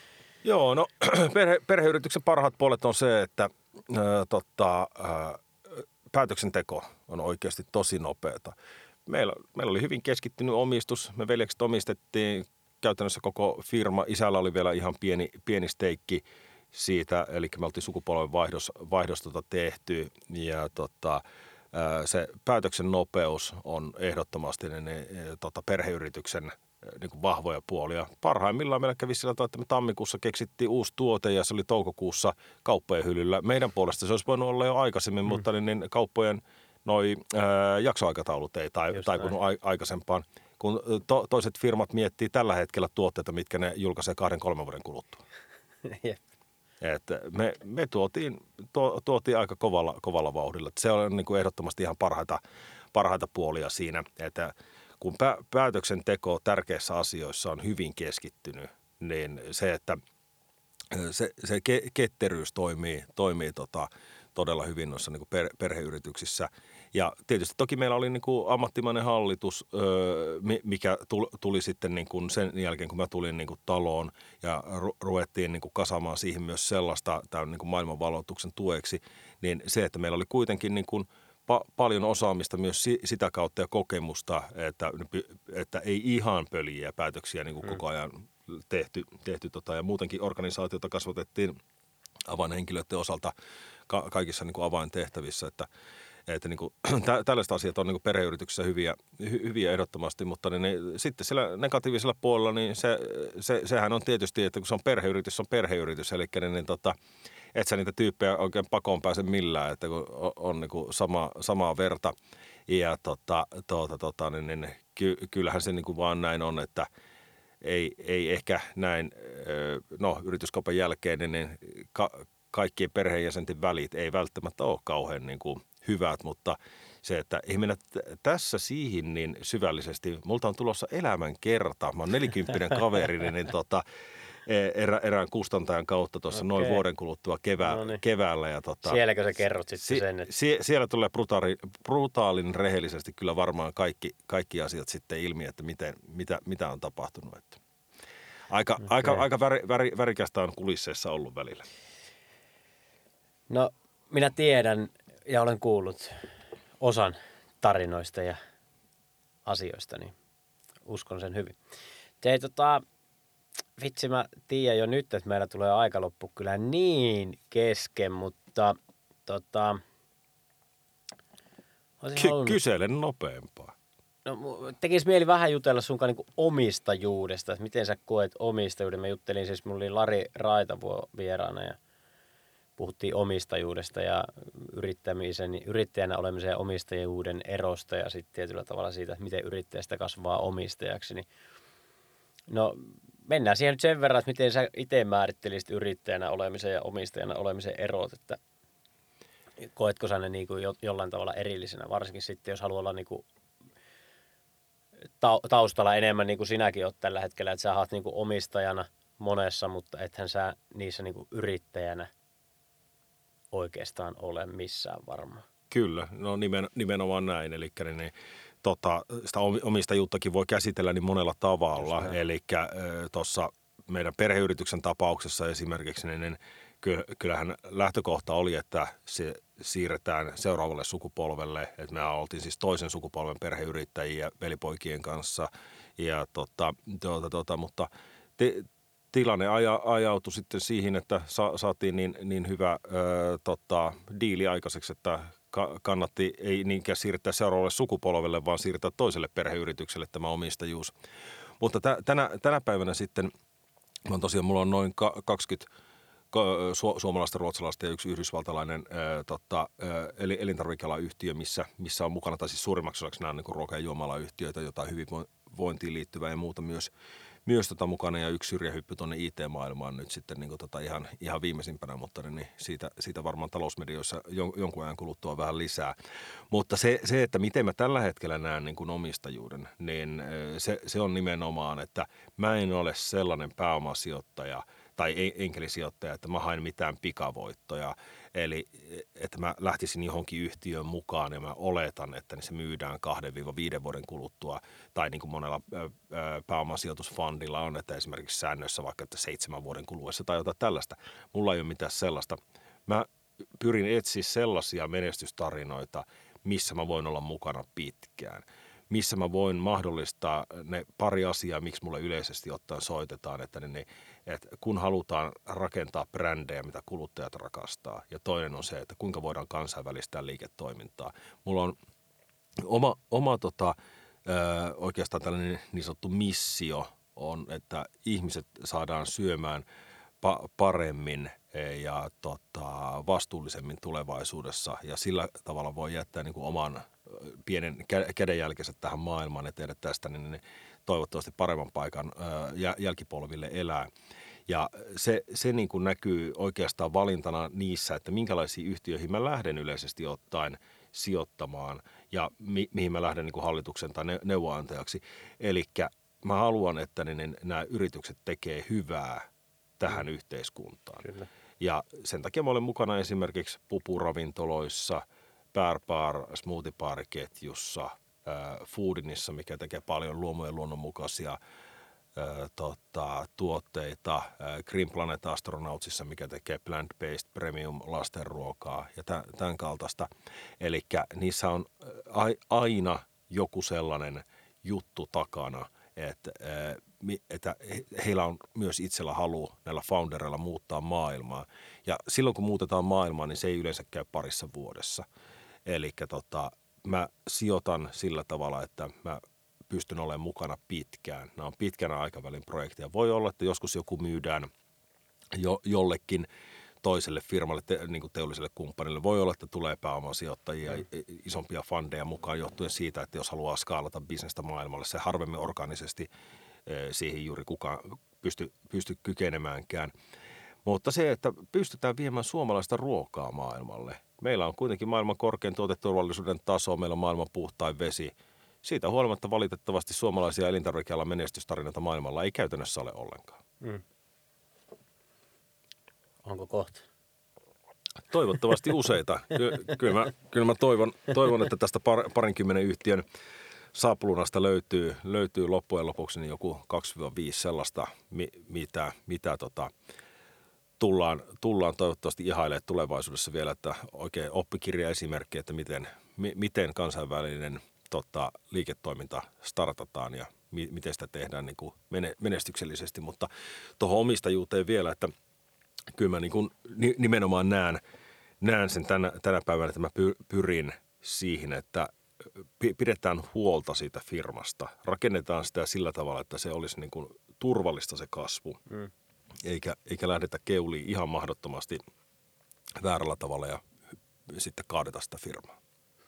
Joo, no perhe, perheyrityksen parhaat puolet on se, että äh, totta, äh, päätöksenteko on oikeasti tosi nopeata. Meillä, meillä oli hyvin keskittynyt omistus. Me veljekset omistettiin käytännössä koko firma. Isällä oli vielä ihan pieni, pieni steikki siitä, eli me oltiin sukupolven vaihdos, vaihdos tota tehty. Ja tota, se päätöksen nopeus on ehdottomasti ne, ne, tota perheyrityksen niin kuin vahvoja puolia. Parhaimmillaan meillä kävi sillä tavalla, että me tammikuussa keksittiin uusi tuote ja se oli toukokuussa kauppojen hyllyllä. Meidän puolesta se olisi voinut olla jo aikaisemmin, mm. mutta niin, niin kauppojen noi ää, jaksoaikataulut ei tai, taipunut a, aikaisempaan, kun to, toiset firmat miettii tällä hetkellä tuotteita, mitkä ne julkaisee kahden, kolmen vuoden kuluttua. Että me, me tuotiin, tuo, tuotiin aika kovalla, kovalla vauhdilla. Että se on niin kuin ehdottomasti ihan parhaita, parhaita puolia siinä, että kun päätöksenteko tärkeissä asioissa on hyvin keskittynyt, niin se, että se, se ketteryys toimii, toimii tota, todella hyvin noissa niin kuin per, perheyrityksissä. Ja tietysti toki meillä oli niin kuin ammattimainen hallitus, mikä tuli sitten niin kuin sen jälkeen, kun mä tulin niin kuin taloon ja ruvettiin niin kuin kasaamaan siihen myös sellaista tämän niin kuin maailmanvaloituksen tueksi, niin se, että meillä oli kuitenkin niin kuin Pa- paljon osaamista myös si- sitä kautta ja kokemusta, että, että ei ihan pöliä päätöksiä niin kuin mm. koko ajan tehty. tehty tota, ja muutenkin organisaatiota kasvatettiin avainhenkilöiden osalta ka- kaikissa niin kuin avaintehtävissä. Että, että niin kuin, tä- tällaiset asiat on niin kuin perheyrityksissä hyviä, hy- hyviä ehdottomasti, mutta niin, niin, sitten sillä negatiivisella puolella, niin se, se, sehän on tietysti, että kun se on perheyritys, se on perheyritys, eli niin, niin tota, et sä niitä tyyppejä oikein pakoon pääse millään, että kun on, on niin kuin sama, samaa verta. Ja tota, tota, tota, niin, niin, ky, kyllähän se niin kuin vaan näin on, että ei, ei ehkä näin, no yrityskaupan jälkeen, niin, niin ka, kaikkien perheenjäsenten välit ei välttämättä ole kauhean niin kuin hyvät, mutta se, että ei mennä t- tässä siihen niin syvällisesti. Multa on tulossa elämänkerta. Mä oon nelikymppinen kaveri, niin, niin tota, erä, erään kustantajan kautta tuossa okay. noin vuoden kuluttua kevää, no niin. keväällä. Ja tota, sielläkö sä kerrot sitten si- sen? Että... Sie, siellä tulee brutaali, brutaalin rehellisesti kyllä varmaan kaikki, kaikki asiat sitten ilmi, että miten, mitä, mitä on tapahtunut. Että aika okay. aika, aika väri, väri, värikästä on kulisseissa ollut välillä. No minä tiedän ja olen kuullut osan tarinoista ja asioista, niin uskon sen hyvin. Te tota... Vitsi, mä tiedän jo nyt, että meillä tulee aika loppu kyllä niin kesken, mutta tota... Ky- halunnut... Kysele nopeampaa. No, tekisi mieli vähän jutella sunkaan niin kuin omistajuudesta, että miten sä koet omistajuuden. Mä juttelin siis, mulla oli Lari Raitavuo vieraana ja puhuttiin omistajuudesta ja yrittämisen, yrittäjänä olemisen ja omistajuuden erosta ja sitten tietyllä tavalla siitä, että miten yrittäjästä kasvaa omistajaksi. Niin... No... Mennään siihen nyt sen verran, että miten sä itse määrittelisit yrittäjänä olemisen ja omistajana olemisen erot, että koetko sä ne niin kuin jollain tavalla erillisenä, varsinkin sitten jos haluaa olla niin kuin taustalla enemmän niin kuin sinäkin oot tällä hetkellä, että sä oot niin kuin omistajana monessa, mutta ethän sä niissä niin kuin yrittäjänä oikeastaan ole missään varmaan. Kyllä, no nimen, nimenomaan näin, eli niin, tota, sitä omistajuuttakin voi käsitellä niin monella tavalla, eli tuossa meidän perheyrityksen tapauksessa esimerkiksi, niin kyllähän lähtökohta oli, että se siirretään seuraavalle sukupolvelle, että me oltiin siis toisen sukupolven perheyrittäjiä velipoikien kanssa, ja tota, tuota, tuota, mutta te, tilanne aja, ajautui sitten siihen, että sa, saatiin niin, niin hyvä ö, tota, diili aikaiseksi, että kannatti ei niinkään siirtää seuraavalle sukupolvelle, vaan siirtää toiselle perheyritykselle tämä omistajuus. Mutta t- tänä, tänä päivänä sitten, mä on tosiaan, mulla on noin kaksikymmentä su- suomalaista, ruotsalaista ja yksi yhdysvaltalainen ää, tota, ää, eli elintarvikealan yhtiö, missä, missä on mukana, tai siis suurimmaksi osaksi nämä niin kuin ruoka- ja juomala yhtiöitä, jotain hyvinvointiin liittyvää ja muuta myös. Myös tota mukana ja yksi syrjähyppy tuonne I T-maailmaan nyt sitten niin tota ihan, ihan viimeisimpänä, mutta niin siitä, siitä varmaan talousmedioissa jon, jonkun ajan kuluttua vähän lisää. Mutta se, se että miten mä tällä hetkellä näen niin kuin omistajuuden, niin se, se on nimenomaan, että mä en ole sellainen pääomasijoittaja tai enkelisijoittaja, että mä haen mitään pikavoittoja. Eli että mä lähtisin johonkin yhtiöön mukaan ja mä oletan, että se myydään kahden viiden vuoden kuluttua. Tai niin kuin monella pääomasijoitusfundilla on, että esimerkiksi säännössä vaikka että seitsemän vuoden kuluessa tai jotain tällaista. Mulla ei ole mitään sellaista. Mä pyrin etsiä sellaisia menestystarinoita, missä mä voin olla mukana pitkään. Missä mä voin mahdollistaa ne pari asiaa, miksi mulle yleisesti ottaen soitetaan, että, ne, että kun halutaan rakentaa brändejä, mitä kuluttajat rakastaa, ja toinen on se, että kuinka voidaan kansainvälistää liiketoimintaa. Mulla on oma, oma tota, ö, oikeastaan tällainen niin sanottu missio on, että ihmiset saadaan syömään pa- paremmin ja tota, vastuullisemmin tulevaisuudessa, ja sillä tavalla voi jättää niin kuin oman pienen kädenjälkensä tähän maailmaan ja tehdä tästä niin ne toivottavasti paremman paikan jälkipolville elää. Ja se, se niin kuin näkyy oikeastaan valintana niissä, että minkälaisiin yhtiöihin mä lähden yleisesti ottaen sijoittamaan ja mi- mihin mä lähden niin kuin hallituksen tai neuvonantajaksi. Eli mä haluan, että ne, ne, nämä yritykset tekee hyvää tähän mm. yhteiskuntaan. Kyllä. Ja sen takia mä olen mukana esimerkiksi pupuravintoloissa, Bear Bar, Smoothie Bar-ketjussa, äh, Foodinissa, mikä tekee paljon luomu- ja luonnonmukaisia äh, tota, tuotteita, äh, Green Planet Astronautsissa, mikä tekee plant-based premium lastenruokaa ja tämän, tämän kaltaista. Eli niissä on a, aina joku sellainen juttu takana, että, että heillä on myös itsellä halu näillä foundereilla muuttaa maailmaa. Ja silloin kun muutetaan maailmaa, niin se ei yleensä käy parissa vuodessa. Eli tota, mä sijoitan sillä tavalla, että mä pystyn olemaan mukana pitkään. Nämä on pitkänä aikavälin projekteja. Voi olla, että joskus joku myydään jo, jollekin toiselle firmalle, te, niin kuin teolliselle kumppanille. Voi olla, että tulee pääomasijoittajia, mm. isompia fundeja mukaan johtuen siitä, että jos haluaa skaalata bisnestä maailmalle, se harvemmin orgaanisesti e, siihen juuri kukaan pysty, pysty kykenemäänkään. Mutta se, että pystytään viemään suomalaista ruokaa maailmalle. Meillä on kuitenkin maailman korkein tuoteturvallisuuden taso, meillä on maailman puhtain vesi. Siitä huolimatta valitettavasti suomalaisia elintarvikealan menestystarinoita maailmalla ei käytännössä ole ollenkaan. Mm. Onko kohta? Toivottavasti useita. Ky- kyllä mä, kyllä mä toivon, toivon, että tästä par, parinkymmenen yhtiön saplunasta löytyy, löytyy loppujen lopuksi niin joku kaksi viisi sellaista, mi, mitä, mitä tota, tullaan, tullaan toivottavasti ihailemaan tulevaisuudessa vielä, että oikein oppikirjaesimerkki, että miten, mi, miten kansainvälinen tota, liiketoiminta startataan ja mi, miten sitä tehdään niin kuin menestyksellisesti. Mutta tuohon omistajuuteen vielä, että kyllä mä niin kuin nimenomaan näen, näen sen tänä, tänä päivänä, että mä pyrin siihen, että pidetään huolta siitä firmasta. Rakennetaan sitä sillä tavalla, että se olisi niin kuin turvallista se kasvu, mm. eikä, eikä lähdetä keuliin ihan mahdottomasti väärällä tavalla ja sitten kaadeta sitä firmaa.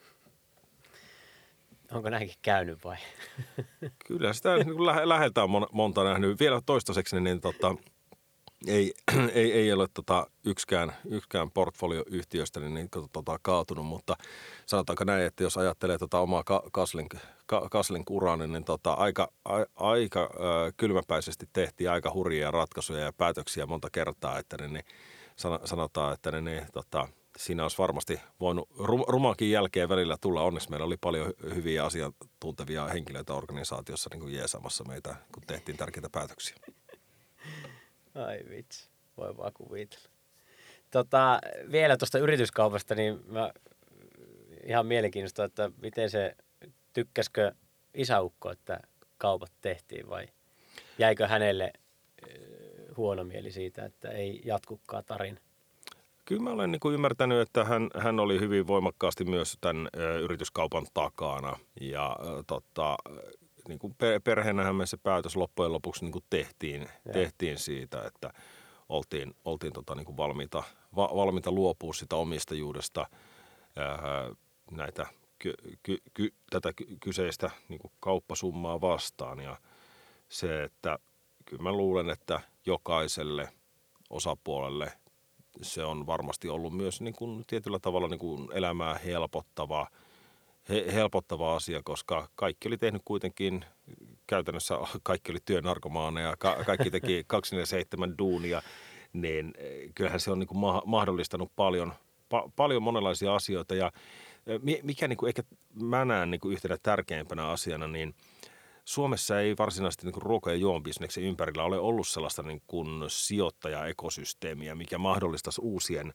Onko näinkin käynyt vai? Kyllä sitä niin läheltä on monta nähnyt. Vielä toistaiseksi niin tota, ei, ei, ei ole tota yksikään, yksikään portfolioyhtiöstä niin, niin, tota, kaatunut, mutta sanotaanko näin, että jos ajattelee tota omaa Kaslink, Kaslink uraa, niin, niin tota, aika, a, aika äh, kylmäpäisesti tehtiin aika hurjia ratkaisuja ja päätöksiä monta kertaa, että niin, niin, sanotaan, että niin, niin, tota, siinä olisi varmasti voinut rumankin jälkeen välillä tulla. Onneksi meillä oli paljon hyviä asiantuntevia henkilöitä organisaatiossa niin kuin jeesaamassa meitä, kun tehtiin tärkeitä päätöksiä. Ai vitsi, voi vaan kuvitella. Tota, vielä tuosta yrityskaupasta, niin mä ihan mielenkiintoista, että miten se, tykkäskö isäukko, että kaupat tehtiin vai jäikö hänelle huono mieli siitä, että ei jatkukaan tarina? Kyllä mä olen niin kuin ymmärtänyt, että hän, hän oli hyvin voimakkaasti myös tämän ö, yrityskaupan takana ja ö, tota, niin kuin perheenähän me se päätös loppujen lopuksi niin kuin tehtiin, tehtiin siitä, että oltiin, oltiin tota niin kuin valmiita, va, valmiita luopua sitä omistajuudesta ää, näitä, ky, ky, ky, tätä kyseistä niin kuin kauppasummaa vastaan. Ja se, että kyllä mä luulen, että jokaiselle osapuolelle se on varmasti ollut myös niin kuin tietyllä tavalla niin kuin elämää helpottava helpottava asia, koska kaikki oli tehnyt kuitenkin, käytännössä kaikki oli työnarkomaaneja, ka- kaikki teki kaksikymmentäneljä seitsemän duunia, niin kyllähän se on niin kuin ma- mahdollistanut paljon, pa- paljon monenlaisia asioita. Ja mikä niin kuin ehkä mä näen niin kuin yhtenä tärkeimpänä asiana, niin Suomessa ei varsinaisesti niin kuin ruoka- ja juomabisneksen ympärillä ole ollut sellaista niin kuin sijoittajaekosysteemiä, mikä mahdollistaisi uusien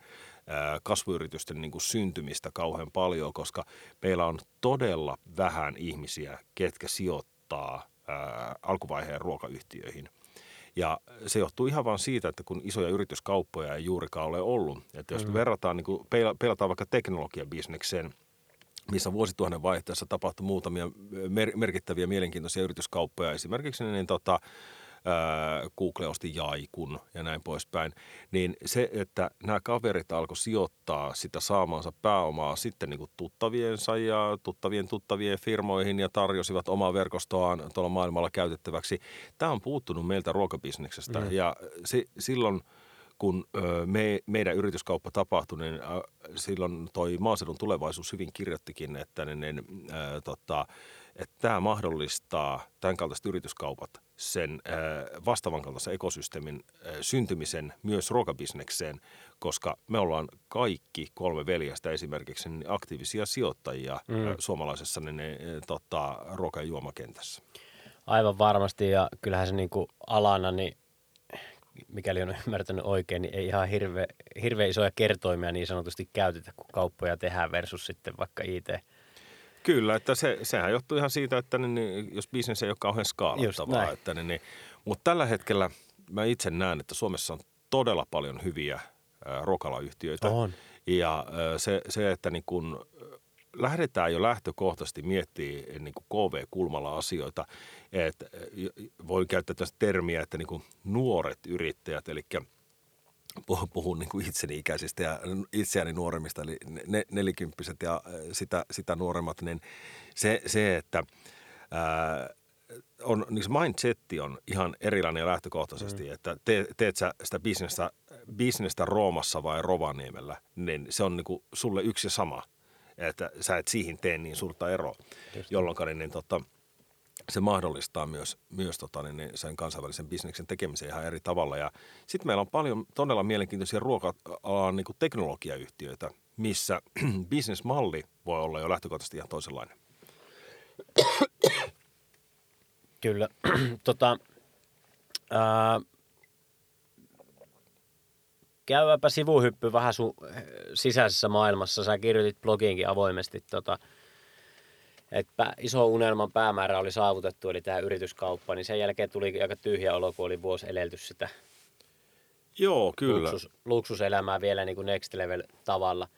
kasvuyritysten niin kuin syntymistä kauhean paljon, koska meillä on todella vähän ihmisiä, ketkä sijoittaa ää, alkuvaiheen ruokayhtiöihin. Ja se johtuu ihan vaan siitä, että kun isoja yrityskauppoja ei juurikaan ole ollut. Että jos mm. verrataan, niin kuin peilataan vaikka teknologiabisnekseen, missä vuosituhannen vaihteessa tapahtui muutamia mer- merkittäviä mielenkiintoisia yrityskauppoja. Esimerkiksi niin, tota, ää, Google osti Jaikun ja näin poispäin. Niin se, että nämä kaverit alkoi sijoittaa sitä saamaansa pääomaa sitten niin kuin tuttaviensa ja tuttavien tuttavien firmoihin ja tarjosivat omaa verkostoaan tuolla maailmalla käytettäväksi. Tämä on puuttunut meiltä ruokabisneksestä mm. ja se, silloin kun me, meidän yrityskauppa tapahtui, niin silloin toi Maaseudun Tulevaisuus hyvin kirjoittikin, että, niin, niin, ää, tota, että tämä mahdollistaa tämän kaltaiset yrityskaupat sen ää, vastaavan kaltaisen ekosysteemin ää, syntymisen myös ruokabisnekseen, koska me ollaan kaikki kolme veljestä esimerkiksi niin aktiivisia sijoittajia mm. ää, suomalaisessa niin, niin, tota, ruoka- ja juomakentässä. Aivan varmasti ja kyllähän se niin kuin alana, niin mikäli on ymmärtänyt oikein, niin ei ihan hirve, hirveän isoja kertoimia niin sanotusti käytetä, kun kauppoja tehdään versus sitten vaikka I T. Kyllä, että se, sehän johtuu ihan siitä, että niin, jos bisnes ei ole kauhean skaalattavaa. Että niin, mutta tällä hetkellä mä itse näen, että Suomessa on todella paljon hyviä ää, ruokalayhtiöitä. On. Ja ää, se, se, että niin kun lähdetään jo lähtökohtaisesti miettimään niin kuin K V-kulmalla asioita, että voi käyttää tästä termiä, että niin kuin nuoret yrittäjät, eli puhun niin kuin itseni ikäisistä ja itseäni nuoremmista, eli nelikymppiset ja sitä, sitä nuoremmat, niin se, se että ää, on, niin se mindsetti on ihan erilainen lähtökohtaisesti, mm. että te, teet sä sitä bisnestä, bisnestä Roomassa vai Rovaniemellä, niin se on niin kuin sulle yksi ja sama. Että sä et siihen tee niin suurta eroa, jolloin niin, niin, tota, se mahdollistaa myös, myös tota, niin, niin sen kansainvälisen bisneksen tekemisen ihan eri tavalla. Ja sitten meillä on paljon todella mielenkiintoisia ruoka-alan niin kuin teknologiayhtiöitä, missä bisnesmalli voi olla jo lähtökohtaisesti ihan toisenlainen. Kyllä. tota, ää... Käyväpä sivuhyppy vähän sun sisäisessä maailmassa. Sä kirjoitit blogiinkin avoimesti, tota, että iso unelman päämäärä oli saavutettu, eli tämä yrityskauppa, niin sen jälkeen tuli aika tyhjä olo, kun oli vuosi elelty sitä Joo, kyllä. Luksus, luksuselämää vielä niin kuin next level tavalla.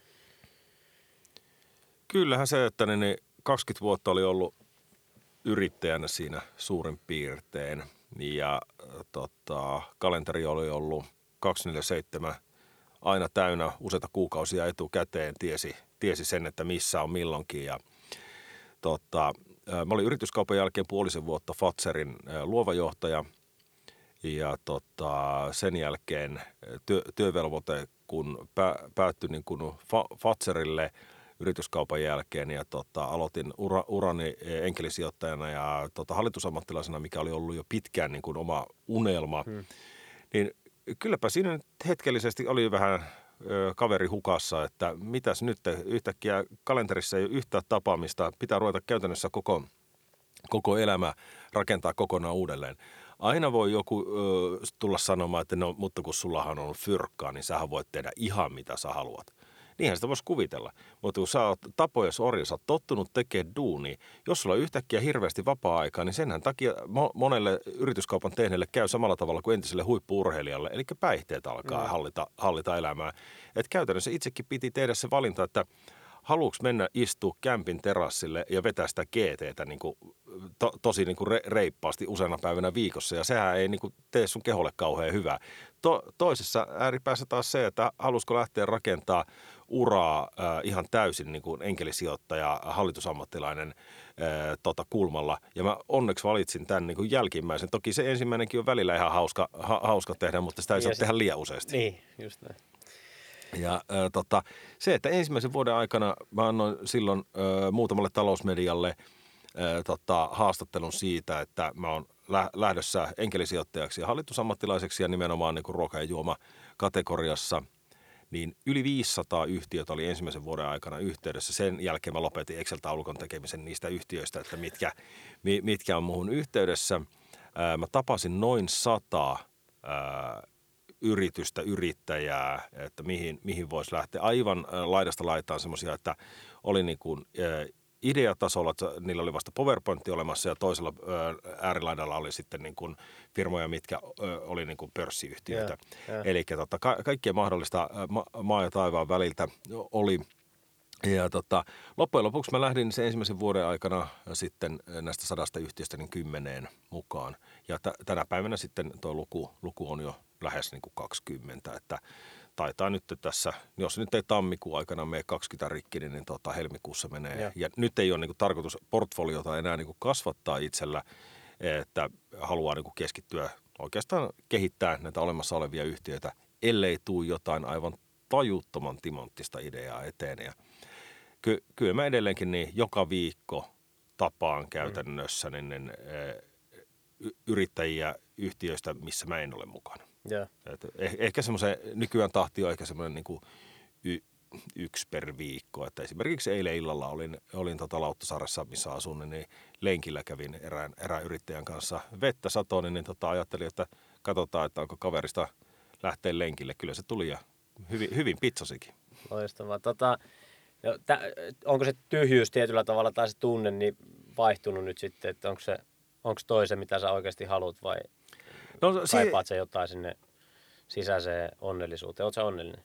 Kyllähän se, että niin kaksikymmentä vuotta oli ollut yrittäjänä siinä suurin piirtein ja tota, kalenteri oli ollut kaksikymmentäneljä seitsemän aina täynnä useita kuukausia etukäteen, tiesi, tiesi sen, että missä on milloinkin. Ja, tota, mä olin yrityskaupan jälkeen puolisen vuotta Fazerin luova johtaja ja tota, sen jälkeen työ, työvelvoite, kun pä, päättyi niin kuin Fazerille yrityskaupan jälkeen ja tota, aloitin ura, urani enkelisijoittajana ja tota, hallitusammattilaisena, mikä oli ollut jo pitkään niin kuin oma unelma, hmm. niin kylläpä siinä nyt hetkellisesti oli vähän ö, kaveri hukassa, että mitäs nyt yhtäkkiä kalenterissa ei ole yhtään tapaamista, pitää ruveta käytännössä koko, koko elämä rakentaa kokonaan uudelleen. Aina voi joku ö, tulla sanomaan, että no, mutta kun sullahan on fyrkkaa, niin sähän voit tehdä ihan mitä sä haluat. Niinhän sitä voisi kuvitella. Mutta kun sä oot tapojas orja, sä oot tottunut tekemään duunia. Jos sulla on yhtäkkiä hirveästi vapaa-aikaa, niin senhän takia monelle yrityskaupan tehneelle käy samalla tavalla kuin entiselle huippu-urheilijalle. Eli päihteet alkaa mm. hallita, hallita elämää. Et käytännössä itsekin piti tehdä se valinta, että haluuks mennä istua kämpin terassille ja vetää sitä G T:tä niin kuin, to, tosi niin kuin re, reippaasti useana päivänä viikossa. Ja sehän ei niin kuin tee sun keholle kauhean hyvää. To, toisessa ääripäässä taas se, että halusko lähteä rakentaa uraa äh, ihan täysin niin kuin enkelisijoittaja, hallitusammattilainen äh, tota, kulmalla. Ja mä onneksi valitsin tämän niin kuin jälkimmäisen. Toki se ensimmäinenkin on välillä ihan hauska, ha, hauska tehdä, mutta sitä ei saa tehdä liian useasti. Niin, just näin. Ja äh, tota, se, että ensimmäisen vuoden aikana mä annoin silloin äh, muutamalle talousmedialle äh, tota, haastattelun siitä, että mä oon lä- lähdössä enkelisijoittajaksi ja hallitusammattilaiseksi ja nimenomaan niin kuin ruoka- ja juoma-kategoriassa. Niin yli viisisataa yhtiötä oli ensimmäisen vuoden aikana yhteydessä. Sen jälkeen mä lopetin Excel-taulukon tekemisen niistä yhtiöistä, että mitkä, mitkä on muuhun yhteydessä. Ää, mä tapasin noin sata ää, yritystä, yrittäjää, että mihin, mihin voisi lähteä. Aivan laidasta laitaan semmoisia, että oli niin kuin ideatasolla, että niillä oli vasta PowerPointti olemassa ja toisella äärilaidalla oli sitten niin kuin firmoja, mitkä oli niin kuin pörssiyhtiöitä. Yeah, yeah. Eli tota, ka- kaikkea mahdollista ma- maa ja taivaan väliltä oli. Ja tota, loppujen lopuksi mä lähdin sen ensimmäisen vuoden aikana sitten näistä sadasta yhtiöstä niin kymmeneen mukaan. Ja t- tänä päivänä sitten tuo luku, luku on jo lähes niin kuin kaksikymmentä, että taitaa nyt tässä, jos nyt ei tammikuun aikana mene kaksikymmentä rikki, niin tota helmikuussa menee. Ja, ja nyt ei ole niin kuin tarkoitus portfoliota enää niin kuin kasvattaa itsellä, että haluaa niin kuin keskittyä oikeastaan kehittää näitä olemassa olevia yhtiöitä, ellei tule jotain aivan tajuttoman timonttista ideaa eteen. Ja ky- kyllä mä edelleenkin niin joka viikko tapaan käytännössä niin, niin, y- yrittäjiä yhtiöistä, missä mä en ole mukana. Yeah. Et eh- ehkä semmoisen, nykyään tahti on ehkä semmoinen niin kuin y- yksi per viikko. Että esimerkiksi eilen illalla olin, olin tota Lauttasaaressa, missä asun, niin lenkillä kävin erään, erään yrittäjän kanssa. Vettä satoi, niin tota ajattelin, että katsotaan, että onko kaverista lähteä lenkille. Kyllä se tuli ja hyvin, hyvin pizzasikin. Loistavaa. Tota, no, tä, onko se tyhjyys tietyllä tavalla tai se tunne niin vaihtunut nyt sitten, että onko se, onko toi se, mitä sä oikeasti haluat vai no, kaipaat se jotain sinne sisäiseen onnellisuuteen? Oletko sä onnellinen?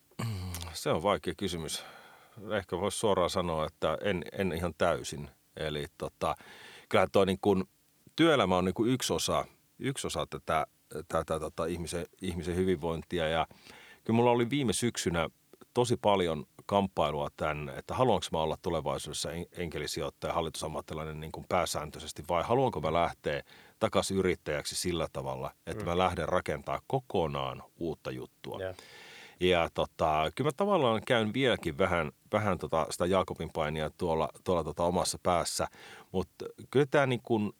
Se on vaikea kysymys. Ehkä voisi suoraan sanoa, että en, en ihan täysin. Eli tota, kyllähän toi niin kun, työelämä on niin kun yksi osa, yksi osa tätä, tätä tota, ihmisen, ihmisen hyvinvointia. Ja kyllä mulla oli viime syksynä tosi paljon kamppailua tämän, että haluanko mä olla tulevaisuudessa enkelisijoittaja, hallitusammattilainen niin kuin pääsääntöisesti vai haluanko mä lähteä takaisin yrittäjäksi sillä tavalla, että mm. mä lähden rakentaa kokonaan uutta juttua. Yeah. Ja tota, kyllä mä tavallaan käyn vieläkin vähän, vähän tota sitä Jaakobin painia tuolla, tuolla tota omassa päässä, mutta kyllä tämä niin kuin,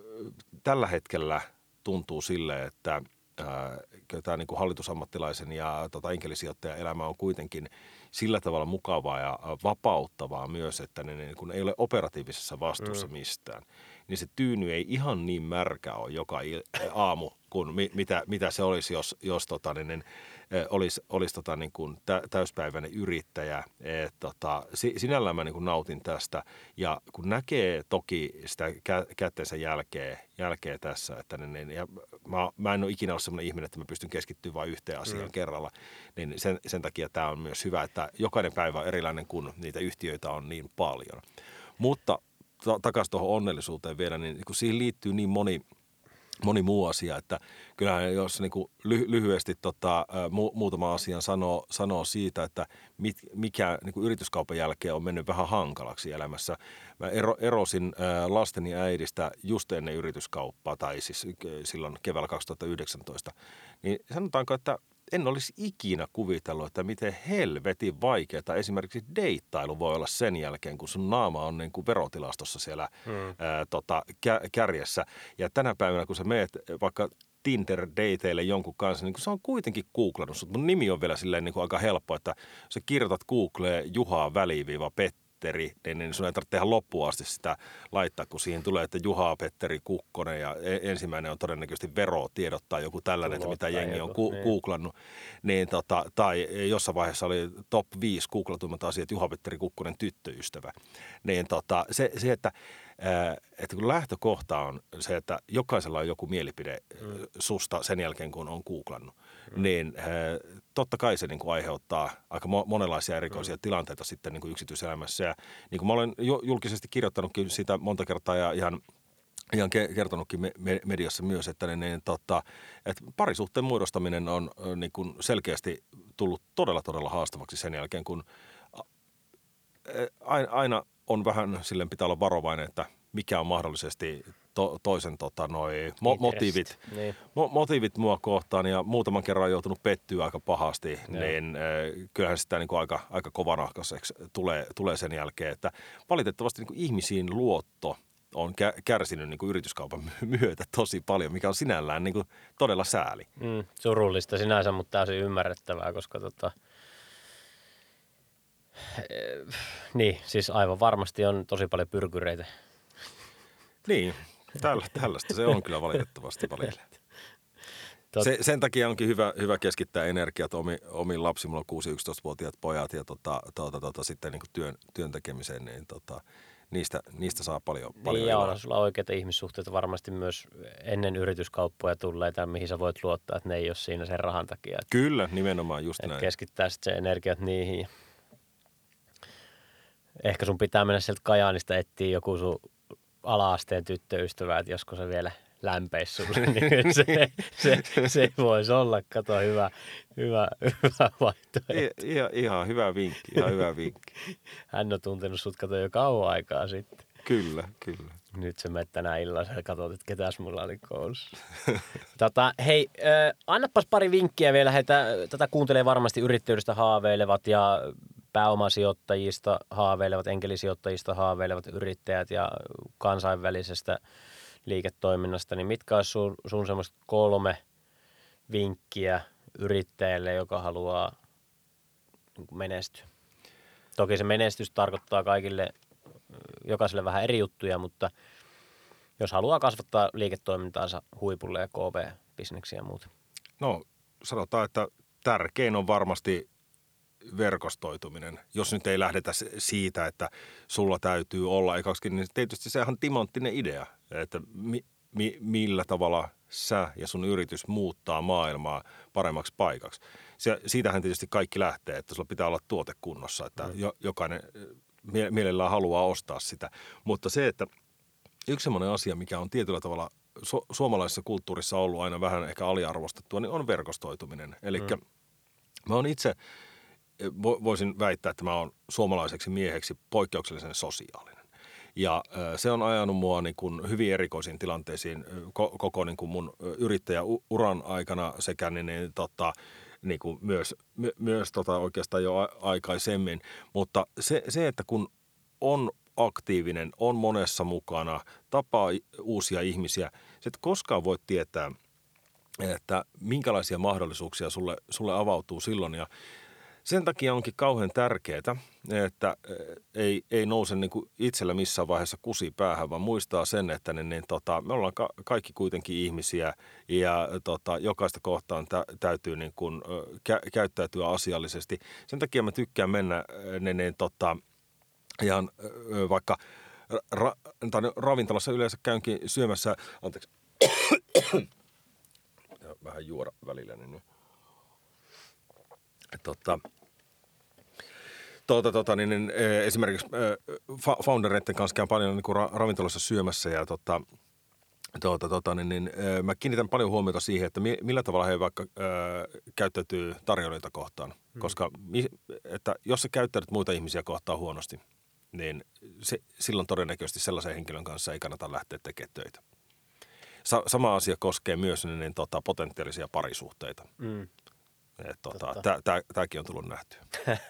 tällä hetkellä tuntuu silleen, että ää, kyllä tämä niin kuin hallitusammattilaisen ja tota, enkelisijoittajan elämä on kuitenkin sillä tavalla mukavaa ja vapauttavaa myös, että ne niin kuin ei ole operatiivisessa vastuussa mm. mistään. Niin se tyyny ei ihan niin märkä ole joka aamu kuin mi, mitä, mitä se olisi, jos, jos tota, niin, niin, olisi, olisi tota, niin kuin täyspäiväinen yrittäjä. Et, tota, sinällään mä niin kuin nautin tästä ja kun näkee toki sitä kä- kätteensä jälkeen, jälkeen tässä, että niin, niin, ja mä, mä en ole ikinä ollut sellainen ihminen, että mä pystyn keskittymään vain yhteen asiaan mm. kerralla, niin sen, sen takia tämä on myös hyvä, että jokainen päivä on erilainen, kun niitä yhtiöitä on niin paljon. Mutta takaisin tuohon onnellisuuteen vielä, niin kun siihen liittyy niin moni, moni muu asia, että kyllähän jos niin kuin ly- lyhyesti tota, mu- muutama asian sanoo, sanoo siitä, että mit, mikä niin kuin yrityskaupan jälkeen on mennyt vähän hankalaksi elämässä. Mä ero, erosin ää, lasteni äidistä just ennen yrityskauppaa, tai siis silloin keväällä kaksituhattayhdeksäntoista, niin sanotaanko, että en olisi ikinä kuvitellut, että miten helvetin vaikeaa esimerkiksi deittailu voi olla sen jälkeen, kun sun naama on niin kuin verotilastossa siellä hmm. ää, tota, kä- kärjessä. Ja tänä päivänä, kun sä meet vaikka Tinder-dateille jonkun kanssa, niin se on kuitenkin googlannut sut. Mun nimi on vielä silleen niin kuin aika helppo, että sä kirjoitat Googleen Juha väliviiva Petteri, niin sun ei tarvitse tehdä loppuun asti sitä laittaa, kun siihen tulee, että Juha Petteri Kukkonen ja ensimmäinen on todennäköisesti verotiedot tai joku tällainen, että mitä jengi on ku- niin. googlannut. Niin tota, tai jossain vaiheessa oli top viisi googlatuimmat asiat Juha Petteri Kukkonen tyttöystävä. Niin tota, se, se että että kun lähtökohta on se, että jokaisella on joku mielipide mm. susta sen jälkeen, kun on googlannut, mm. niin totta kai se niin kuin aiheuttaa aika monenlaisia erikoisia mm. tilanteita sitten niin kuin yksityiselämässä. Ja niin kuin mä olen julkisesti kirjoittanutkin sitä monta kertaa ja ihan ihan kertonutkin mediassa myös, että, niin, niin, tota, että parisuhteen muodostaminen on niin kuin selkeästi tullut todella, todella haastavaksi sen jälkeen, kun aina on vähän, silleen pitää olla varovainen, että mikä on mahdollisesti to, toisen tota, noi, mo, motiivit, niin. mo, motiivit mua kohtaan ja muutaman kerran on joutunut pettyä aika pahasti, ja. niin äh, kyllähän sitä niin kuin aika, aika kovanahkaiseksi tulee, tulee sen jälkeen, että valitettavasti niin kuin ihmisiin luotto on kärsinyt niin kuin yrityskaupan myötä tosi paljon, mikä on sinällään niin kuin todella sääli. Mm, surullista sinänsä, mutta täysin ymmärrettävää, koska tota, niin, siis aivan varmasti on tosi paljon pyrkyreitä. Niin, tällä, tällaista se on kyllä valitettavasti välillä. Tot... Se, sen takia onkin hyvä, hyvä keskittää energiat omi, omiin lapsiin. Mulla on kuusi-yksitoistavuotiaat pojat ja tota, tota, tota, sitten niin kuin työn, työn tekemiseen, niin tota, niistä, niistä saa paljon, paljon Niin iloa. on, sulla on oikeita ihmissuhteita varmasti myös ennen yrityskauppoja tulleita, mihin sä voit luottaa, että ne ei ole siinä sen rahan takia. Että, Kyllä, nimenomaan just että näin. keskittää sitten se energiat niihin. Ehkä sun pitää mennä sieltä Kajaanista etsiä joku sun ala-asteen tyttöystävä, että josko se vielä lämpeisi sulle, niin se, se, se voisi olla, kato, hyvä, hyvä, hyvä vaihtoehto. I, ihan, ihan hyvä vinkki, ihan hyvä vinkki. Hän on tuntenut sut, kato, jo kauan aikaa sitten. Kyllä, kyllä. Nyt sä menet tänään illalla ja katsot, että ketäs mulla oli koulussa. tota, hei, äh, annapas pari vinkkiä vielä. Heitä, tätä kuuntelee varmasti yrittäjyydestä haaveilevat ja pääomasijoittajista haaveilevat, enkelisijoittajista haaveilevat yrittäjät ja kansainvälisestä liiketoiminnasta. Niin mitkä olisi sun, sun semmoista kolme vinkkiä yrittäjälle, joka haluaa niin kuin menestyä? Toki se menestys tarkoittaa kaikille, jokaiselle vähän eri juttuja, mutta jos haluaa kasvattaa liiketoimintaansa huipulle ja K V-bisneksiä ja muuta. No sanotaan, että tärkein on varmasti verkostoituminen. Jos nyt ei lähdetä siitä, että sulla täytyy olla ekaksikin, niin tietysti se on timanttinen idea, että mi, mi, millä tavalla sä ja sun yritys muuttaa maailmaa paremmaksi paikaksi. Se, siitähän tietysti kaikki lähtee, että sulla pitää olla tuote kunnossa, että mm. jo, jokainen mie- mielellään haluaa ostaa sitä. Mutta se, että yksi semmoinen asia, mikä on tietyllä tavalla su- suomalaisessa kulttuurissa ollut aina vähän ehkä aliarvostettua, niin on verkostoituminen. Eli mm. mä oon itse, voisin väittää, että mä oon suomalaiseksi mieheksi poikkeuksellisen sosiaalinen. Ja se on ajanut mua niin kuin hyvin erikoisiin tilanteisiin koko niin kuin mun yrittäjäuran aikana sekä niin, niin, tota, niin kuin myös, my, myös tota oikeastaan jo a- aikaisemmin. Mutta se, se, että kun on aktiivinen, on monessa mukana, tapaa uusia ihmisiä, sä et koskaan voi tietää, että minkälaisia mahdollisuuksia sulle, sulle avautuu silloin. Ja sen takia onkin kauhean tärkeää, että ei, ei nouse niin kuin itsellä missään vaiheessa kusi päähän, vaan muistaa sen, että niin, niin, tota, me ollaan ka- kaikki kuitenkin ihmisiä ja tota, jokaista kohtaan tä- täytyy niin kuin, kä- käyttäytyä asiallisesti. Sen takia mä tykkään mennä niin, niin, tota, ihan vaikka ra- tai ravintolassa yleensä käynkin syömässä, anteeksi, vähän juoda välillä, niin Totta, tuota, tota, niin, niin, esimerkiksi äh, foundereiden kanssa käyn paljon niin kuin ra- ravintolassa syömässä ja tota, tuota, tota, niin, niin, äh, mä kiinnitän paljon huomiota siihen, että mi- millä tavalla he vaikka äh, käyttäytyy tarjoilijoita kohtaan. Hmm. Koska mi- että jos sä käyttäydyt muita ihmisiä kohtaan huonosti, niin se, silloin todennäköisesti sellaisen henkilön kanssa ei kannata lähteä tekemään töitä. Sa- sama asia koskee myös niin, niin, tota, potentiaalisia parisuhteita. Hmm. Tota, Tämäkin on tullut nähtyä.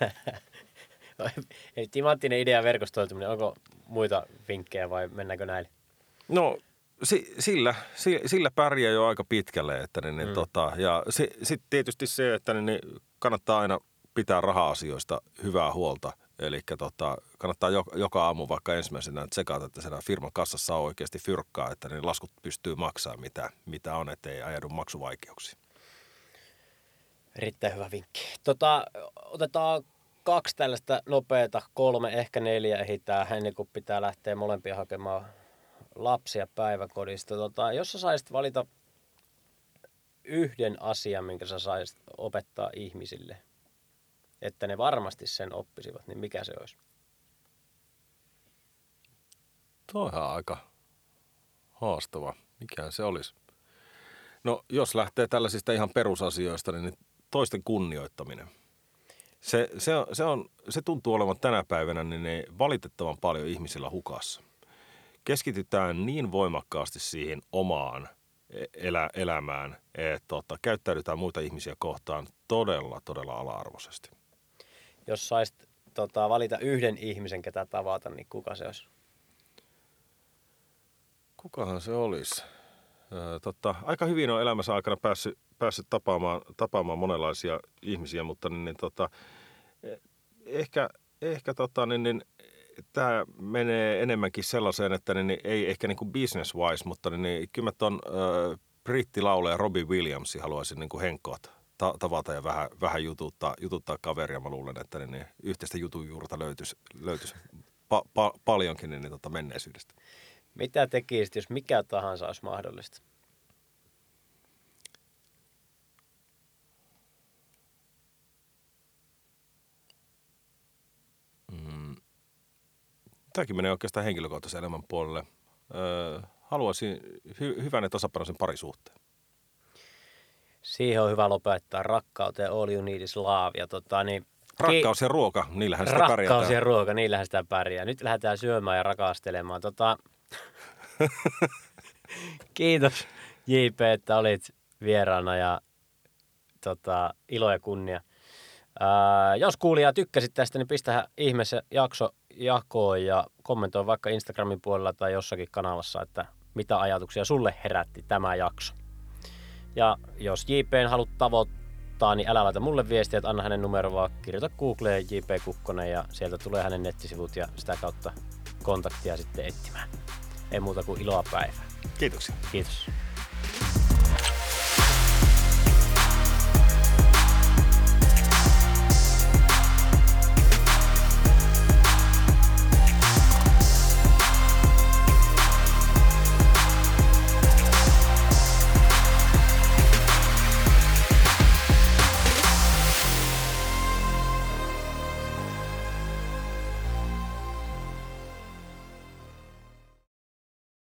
Eli timanttinen idea verkostoituminen, onko muita vinkkejä vai mennäänkö näille? No si, sillä, si, sillä pärjää jo aika pitkälle. Että niin, niin, mm. tota, ja sitten tietysti se, että niin, niin kannattaa aina pitää raha-asioista hyvää huolta. Eli tota, kannattaa joka, joka aamu vaikka ensimmäisenä tsekata, että siinä firman kassassa on oikeasti fyrkkaa, että niin laskut pystyy maksamaan mitä, mitä on, ettei ajaudu maksuvaikeuksiin. Erittäin hyvä vinkki. Tota, otetaan kaksi tällaista nopeata, kolme, ehkä neljä ehditään ennen kuin pitää lähteä molempia hakemaan lapsia päiväkodista. Tota, jos sä saisit valita yhden asian, minkä sä saisit opettaa ihmisille, että ne varmasti sen oppisivat, niin mikä se olisi? Tuo on ihan aika haastava. Mikä se olisi? No jos lähtee tällaisista ihan perusasioista, niin toisten kunnioittaminen. Se, se, on, se, on, se tuntuu olevan tänä päivänä niin ne valitettavan paljon ihmisillä hukassa. Keskitytään niin voimakkaasti siihen omaan elä, elämään, että tota, käyttäydytään muita ihmisiä kohtaan todella, todella ala-arvoisesti. Jos saisit tota, valita yhden ihmisen, ketä tavata, niin kuka se olisi? Kukahan se olisi? Totta, aika hyvin on elämänsä aikana päässyt, päässyt tapaamaan, tapaamaan monenlaisia ihmisiä, mutta niin, niin, tota, ehkä, ehkä tota, niin, niin, tämä menee enemmänkin sellaiseen, että niin, niin, ei ehkä niin kuin business-wise, mutta niin, niin, kyllä mä ton, äh, brittilaulaja Robbie Williamsi haluaisin niin kuin Henkkoot ta- tavata ja vähän, vähän jututtaa, jututtaa kaveria. Mä luulen, että niin, niin yhteistä jutun juurta löytyisi, löytyisi pa- pa- paljonkin niin, niin, tota menneisyydestä. Mitä tekisit, jos mikä tahansa olisi mahdollista? Mm. Tämäkin menee oikeastaan henkilökohtaisen elämän puolelle. Öö, haluaisin hy- hyvän ja tasapainoisen parisuhteen. Siihen on hyvä lopettaa rakkauteen, all you need is love. Ja tota, niin, Rakkaus ja ruoka, niillähän sitä pärjätään. Rakkaus ja ruoka, niillähän sitä pärjää. Nyt lähdetään syömään ja rakastelemaan. Tota, kiitos J P, että olit vieraana ja tota, ilo ja kunnia. Ää, jos kuulija tykkäsit tästä, niin pistä ihmeessä jakso jakoon ja kommentoi vaikka Instagramin puolella tai jossakin kanavassa, että mitä ajatuksia sulle herätti tämä jakso. Ja jos J P:n haluat tavoittaa, niin älä laita mulle viestiä, että anna hänen numero, vaan kirjoita Googleen J P Kukkonen ja sieltä tulee hänen nettisivut ja sitä kautta kontaktia sitten etsimään. Ei muuta kuin iloa päivää. Kiitoksia. Kiitos.